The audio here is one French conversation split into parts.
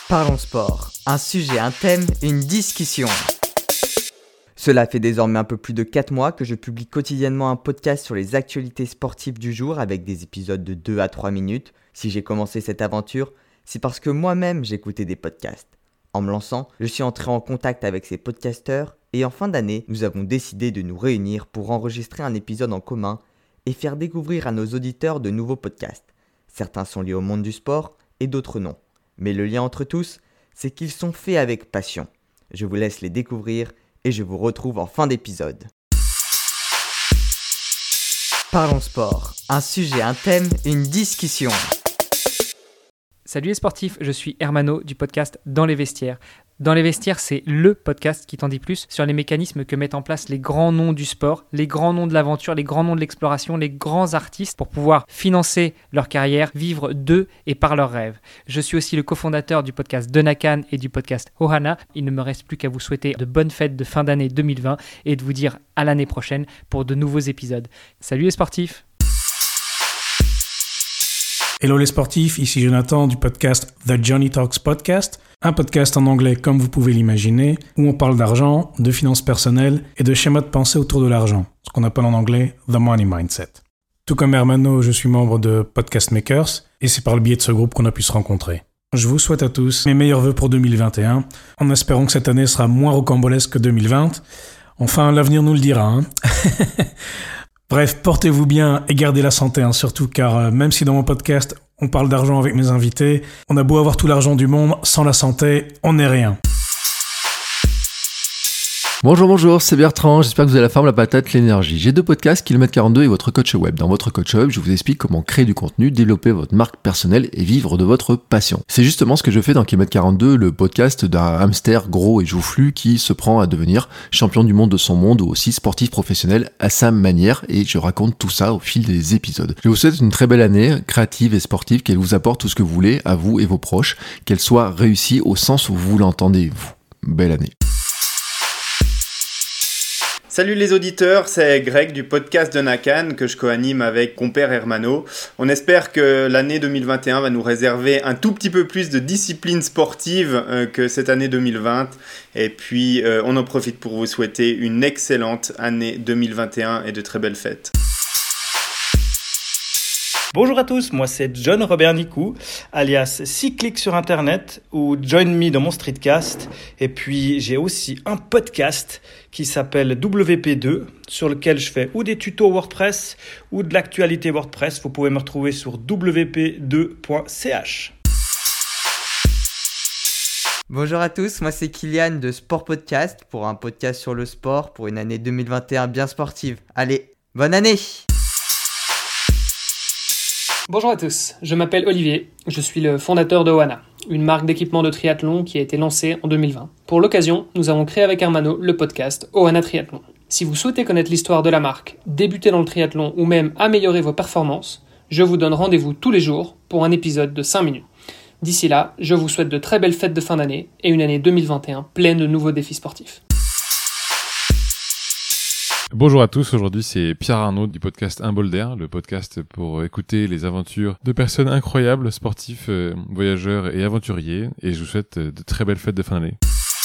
Parlons sport, un sujet, un thème, une discussion. Cela fait désormais un peu plus de 4 mois que je publie quotidiennement un podcast sur les actualités sportives du jour avec des épisodes de 2 à 3 minutes. Si j'ai commencé cette aventure, c'est parce que moi-même j'écoutais des podcasts. En me lançant, je suis entré en contact avec ces podcasteurs et en fin d'année, nous avons décidé de nous réunir pour enregistrer un épisode en commun et faire découvrir à nos auditeurs de nouveaux podcasts. Certains sont liés au monde du sport et d'autres non. Mais le lien entre tous, c'est qu'ils sont faits avec passion. Je vous laisse les découvrir et je vous retrouve en fin d'épisode. Parlons sport, un sujet, un thème, une discussion. Salut les sportifs, je suis Hermano du podcast Dans les vestiaires. Dans les vestiaires, c'est le podcast qui t'en dit plus sur les mécanismes que mettent en place les grands noms du sport, les grands noms de l'aventure, les grands noms de l'exploration, les grands artistes pour pouvoir financer leur carrière, vivre d'eux et par leurs rêves. Je suis aussi le cofondateur du podcast Donakan et du podcast Ohana. Il ne me reste plus qu'à vous souhaiter de bonnes fêtes de fin d'année 2020 et de vous dire à l'année prochaine pour de nouveaux épisodes. Salut les sportifs! Hello les sportifs, ici Jonathan du podcast The Johnny Talks Podcast, un podcast en anglais comme vous pouvez l'imaginer, où on parle d'argent, de finances personnelles et de schémas de pensée autour de l'argent, ce qu'on appelle en anglais The Money Mindset. Tout comme Hermano, je suis membre de Podcast Makers et c'est par le biais de ce groupe qu'on a pu se rencontrer. Je vous souhaite à tous mes meilleurs vœux pour 2021, en espérant que cette année sera moins rocambolesque que 2020. Enfin, l'avenir nous le dira, hein. Bref, portez-vous bien et gardez la santé, surtout car même si dans mon podcast on parle d'argent avec mes invités, on a beau avoir tout l'argent du monde, sans la santé, on n'est rien. Bonjour, c'est Bertrand, j'espère que vous avez la forme, la patate, l'énergie. J'ai 2 podcasts, Kilomètre 42 et votre coach web. Dans votre coach web, je vous explique comment créer du contenu, développer votre marque personnelle et vivre de votre passion. C'est justement ce que je fais dans Kilomètre 42, le podcast d'un hamster gros et joufflu qui se prend à devenir champion du monde de son monde ou aussi sportif professionnel à sa manière, et je raconte tout ça au fil des épisodes. Je vous souhaite une très belle année, créative et sportive, qu'elle vous apporte tout ce que vous voulez, à vous et vos proches, qu'elle soit réussie au sens où vous l'entendez, vous. Belle année. Salut les auditeurs, c'est Greg du podcast Donakan que je co-anime avec compère Hermano. On espère que l'année 2021 va nous réserver un tout petit peu plus de discipline sportive que cette année 2020. Et puis on en profite pour vous souhaiter une excellente année 2021 et de très belles fêtes. Bonjour à tous, moi c'est John Robert Nicou, alias 6 clics sur internet ou Join Me dans mon streetcast. Et puis j'ai aussi un podcast qui s'appelle WP2 sur lequel je fais ou des tutos WordPress ou de l'actualité WordPress. Vous pouvez me retrouver sur wp2.ch. Bonjour à tous, moi c'est Kylian de Sport Podcast pour un podcast sur le sport pour une année 2021 bien sportive. Allez, bonne année! Bonjour à tous, je m'appelle Olivier, je suis le fondateur de Ohana, une marque d'équipement de triathlon qui a été lancée en 2020. Pour l'occasion, nous avons créé avec Hermano le podcast Ohana Triathlon. Si vous souhaitez connaître l'histoire de la marque, débuter dans le triathlon ou même améliorer vos performances, je vous donne rendez-vous tous les jours pour un épisode de 5 minutes. D'ici là, je vous souhaite de très belles fêtes de fin d'année et une année 2021 pleine de nouveaux défis sportifs. Bonjour à tous, aujourd'hui c'est Pierre Arnaud du podcast Un bol d'air, le podcast pour écouter les aventures de personnes incroyables, sportifs, voyageurs et aventuriers, et je vous souhaite de très belles fêtes de fin d'année.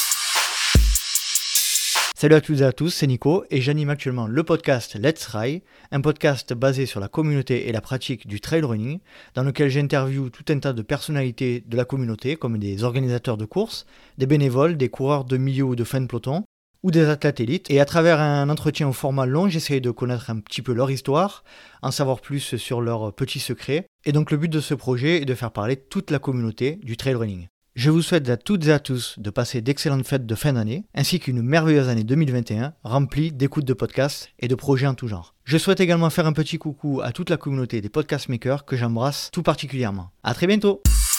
Salut à toutes et à tous, c'est Nico et j'anime actuellement le podcast Let's Ride, un podcast basé sur la communauté et la pratique du trail running, dans lequel j'interviewe tout un tas de personnalités de la communauté, comme des organisateurs de courses, des bénévoles, des coureurs de milieu ou de fin de peloton, ou des athlètes élites. Et à travers un entretien au format long, j'essaye de connaître un petit peu leur histoire, en savoir plus sur leurs petits secrets. Et donc le but de ce projet est de faire parler toute la communauté du trail running. Je vous souhaite à toutes et à tous de passer d'excellentes fêtes de fin d'année, ainsi qu'une merveilleuse année 2021 remplie d'écoutes de podcasts et de projets en tout genre. Je souhaite également faire un petit coucou à toute la communauté des podcast makers que j'embrasse tout particulièrement. À très bientôt!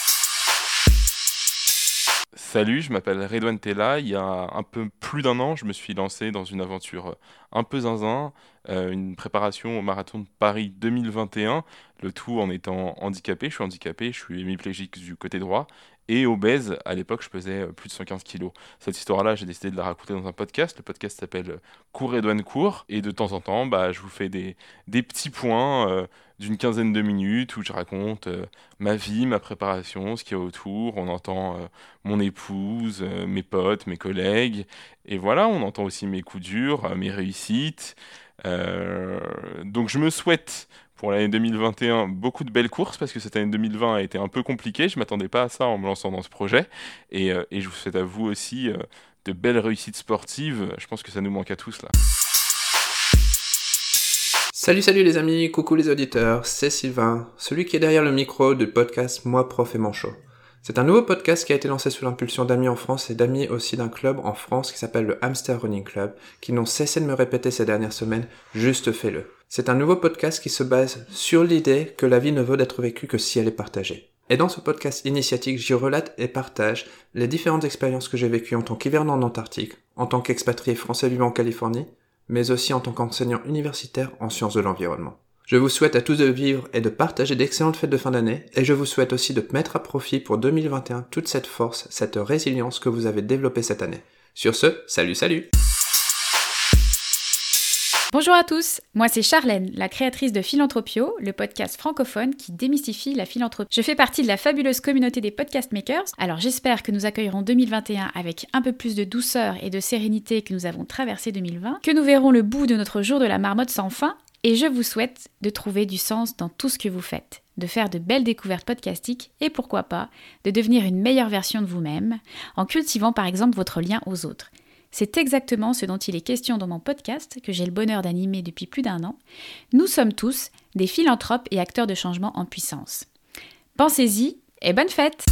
Salut, je m'appelle Redouane Tella. Il y a un peu plus d'1 an, je me suis lancé dans une aventure un peu zinzin, une préparation au marathon de Paris 2021, le tout en étant handicapé. Je suis handicapé, je suis hémiplégique du côté droit et obèse. À l'époque, je pesais plus de 115 kilos. Cette histoire-là, j'ai décidé de la raconter dans un podcast. Le podcast s'appelle Cours Redouane Cours. Et de temps en temps, je vous fais des petits points d'une quinzaine de minutes où je raconte ma vie, ma préparation, ce qu'il y a autour. On entend mon épouse, mes potes, mes collègues. Et voilà, on entend aussi mes coups durs, mes réussites. Donc je me souhaite pour l'année 2021 beaucoup de belles courses parce que cette année 2020 a été un peu compliquée. Je ne m'attendais pas à ça en me lançant dans ce projet. Et je vous souhaite à vous aussi de belles réussites sportives. Je pense que ça nous manque à tous là. Salut les amis, coucou les auditeurs, c'est Sylvain, celui qui est derrière le micro du podcast Moi Prof et Manchot. C'est un nouveau podcast qui a été lancé sous l'impulsion d'amis en France et d'amis aussi d'un club en France qui s'appelle le Hamster Running Club, qui n'ont cessé de me répéter ces dernières semaines, juste fais-le. C'est un nouveau podcast qui se base sur l'idée que la vie ne vaut d'être vécue que si elle est partagée. Et dans ce podcast initiatique, j'y relate et partage les différentes expériences que j'ai vécues en tant qu'hivernant en Antarctique, en tant qu'expatrié français vivant en Californie, mais aussi en tant qu'enseignant universitaire en sciences de l'environnement. Je vous souhaite à tous de vivre et de partager d'excellentes fêtes de fin d'année, et je vous souhaite aussi de mettre à profit pour 2021 toute cette force, cette résilience que vous avez développée cette année. Sur ce, salut! Bonjour à tous, moi c'est Charlène, la créatrice de Philanthropio, le podcast francophone qui démystifie la philanthropie. Je fais partie de la fabuleuse communauté des podcast makers, alors j'espère que nous accueillerons 2021 avec un peu plus de douceur et de sérénité que nous avons traversé 2020, que nous verrons le bout de notre jour de la marmotte sans fin, et je vous souhaite de trouver du sens dans tout ce que vous faites, de faire de belles découvertes podcastiques et pourquoi pas, de devenir une meilleure version de vous-même, en cultivant par exemple votre lien aux autres. C'est exactement ce dont il est question dans mon podcast, que j'ai le bonheur d'animer depuis plus d'1 an. Nous sommes tous des philanthropes et acteurs de changement en puissance. Pensez-y et bonne fête!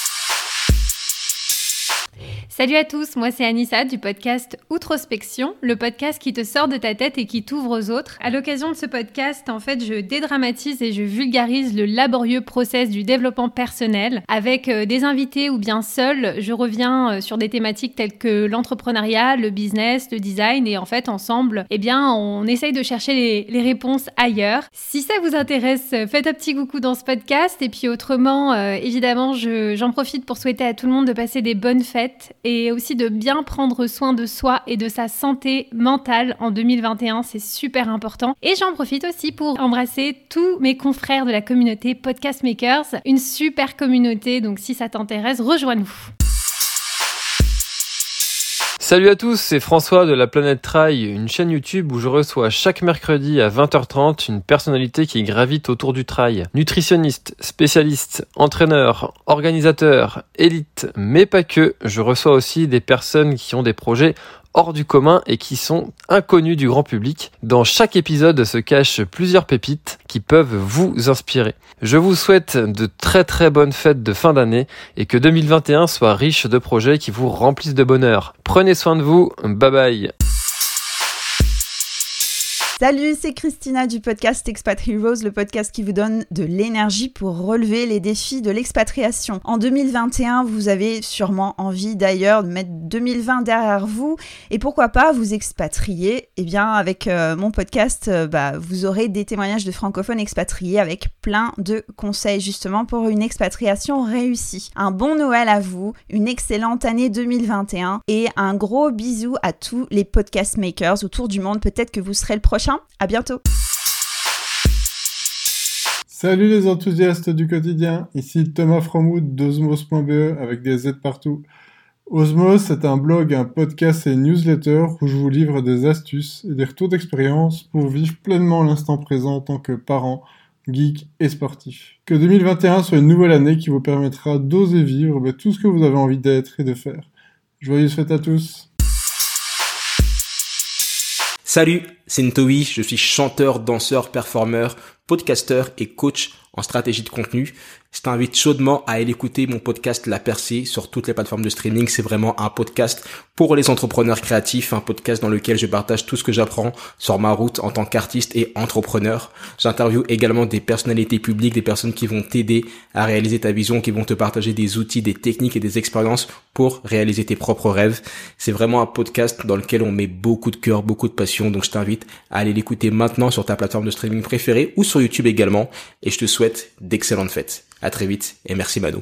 Salut à tous, moi c'est Anissa du podcast Outrospection, le podcast qui te sort de ta tête et qui t'ouvre aux autres. À l'occasion de ce podcast, en fait, je dédramatise et je vulgarise le laborieux process du développement personnel. Avec des invités ou bien seul, je reviens sur des thématiques telles que l'entrepreneuriat, le business, le design et en fait, ensemble, on essaye de chercher les réponses ailleurs. Si ça vous intéresse, faites un petit coucou dans ce podcast et puis autrement, évidemment, j'en profite pour souhaiter à tout le monde de passer des bonnes fêtes et aussi de bien prendre soin de soi et de sa santé mentale en 2021, c'est super important. Et j'en profite aussi pour embrasser tous mes confrères de la communauté Podcast Makers, une super communauté, donc si ça t'intéresse, rejoins-nous. Salut à tous, c'est François de la Planète Trail, une chaîne YouTube où je reçois chaque mercredi à 20h30 une personnalité qui gravite autour du trail. Nutritionniste, spécialiste, entraîneur, organisateur, élite, mais pas que. Je reçois aussi des personnes qui ont des projets hors du commun et qui sont inconnus du grand public. Dans chaque épisode se cachent plusieurs pépites qui peuvent vous inspirer. Je vous souhaite de très très bonnes fêtes de fin d'année et que 2021 soit riche de projets qui vous remplissent de bonheur. Prenez soin de vous, bye bye. Salut, c'est Christina du podcast Expat Heroes, le podcast qui vous donne de l'énergie pour relever les défis de l'expatriation. En 2021, vous avez sûrement envie d'ailleurs de mettre 2020 derrière vous et pourquoi pas vous expatrier. Eh bien, avec mon podcast, vous aurez des témoignages de francophones expatriés avec plein de conseils justement pour une expatriation réussie. Un bon Noël à vous, une excellente année 2021 et un gros bisou à tous les podcast makers autour du monde. Peut-être que vous serez le prochain. À bientôt. Salut les enthousiastes du quotidien, ici Thomas Fromoud d'Osmos.be avec des Z partout. Osmos, c'est un blog, un podcast et une newsletter où je vous livre des astuces et des retours d'expérience pour vivre pleinement l'instant présent en tant que parent, geek et sportif. Que 2021 soit une nouvelle année qui vous permettra d'oser vivre tout ce que vous avez envie d'être et de faire. Joyeuses fêtes à tous. Salut, c'est Ntowi, je suis chanteur, danseur, performeur, podcasteur et coach en stratégie de contenu. Je t'invite chaudement à aller écouter mon podcast La Percée sur toutes les plateformes de streaming. C'est vraiment un podcast pour les entrepreneurs créatifs, un podcast dans lequel je partage tout ce que j'apprends sur ma route en tant qu'artiste et entrepreneur. J'interviewe également des personnalités publiques, des personnes qui vont t'aider à réaliser ta vision, qui vont te partager des outils, des techniques et des expériences pour réaliser tes propres rêves. C'est vraiment un podcast dans lequel on met beaucoup de cœur, beaucoup de passion. Donc je t'invite à aller l'écouter maintenant sur ta plateforme de streaming préférée ou sur YouTube également. Et je te souhaite d'excellentes fêtes. À très vite et merci Mano.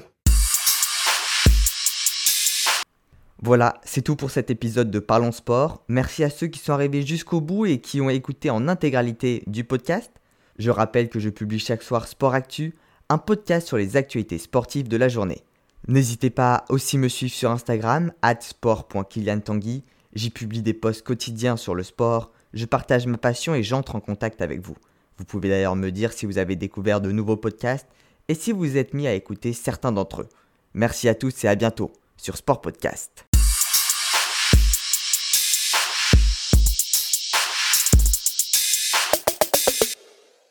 Voilà, c'est tout pour cet épisode de Parlons Sport. Merci à ceux qui sont arrivés jusqu'au bout et qui ont écouté en intégralité du podcast. Je rappelle que je publie chaque soir Sport Actu, un podcast sur les actualités sportives de la journée. N'hésitez pas à aussi me suivre sur Instagram, @sport.kyliantanguy. J'y publie des posts quotidiens sur le sport, je partage ma passion et j'entre en contact avec vous. Vous pouvez d'ailleurs me dire si vous avez découvert de nouveaux podcasts et si vous êtes mis à écouter certains d'entre eux. Merci à tous et à bientôt sur Sport Podcast.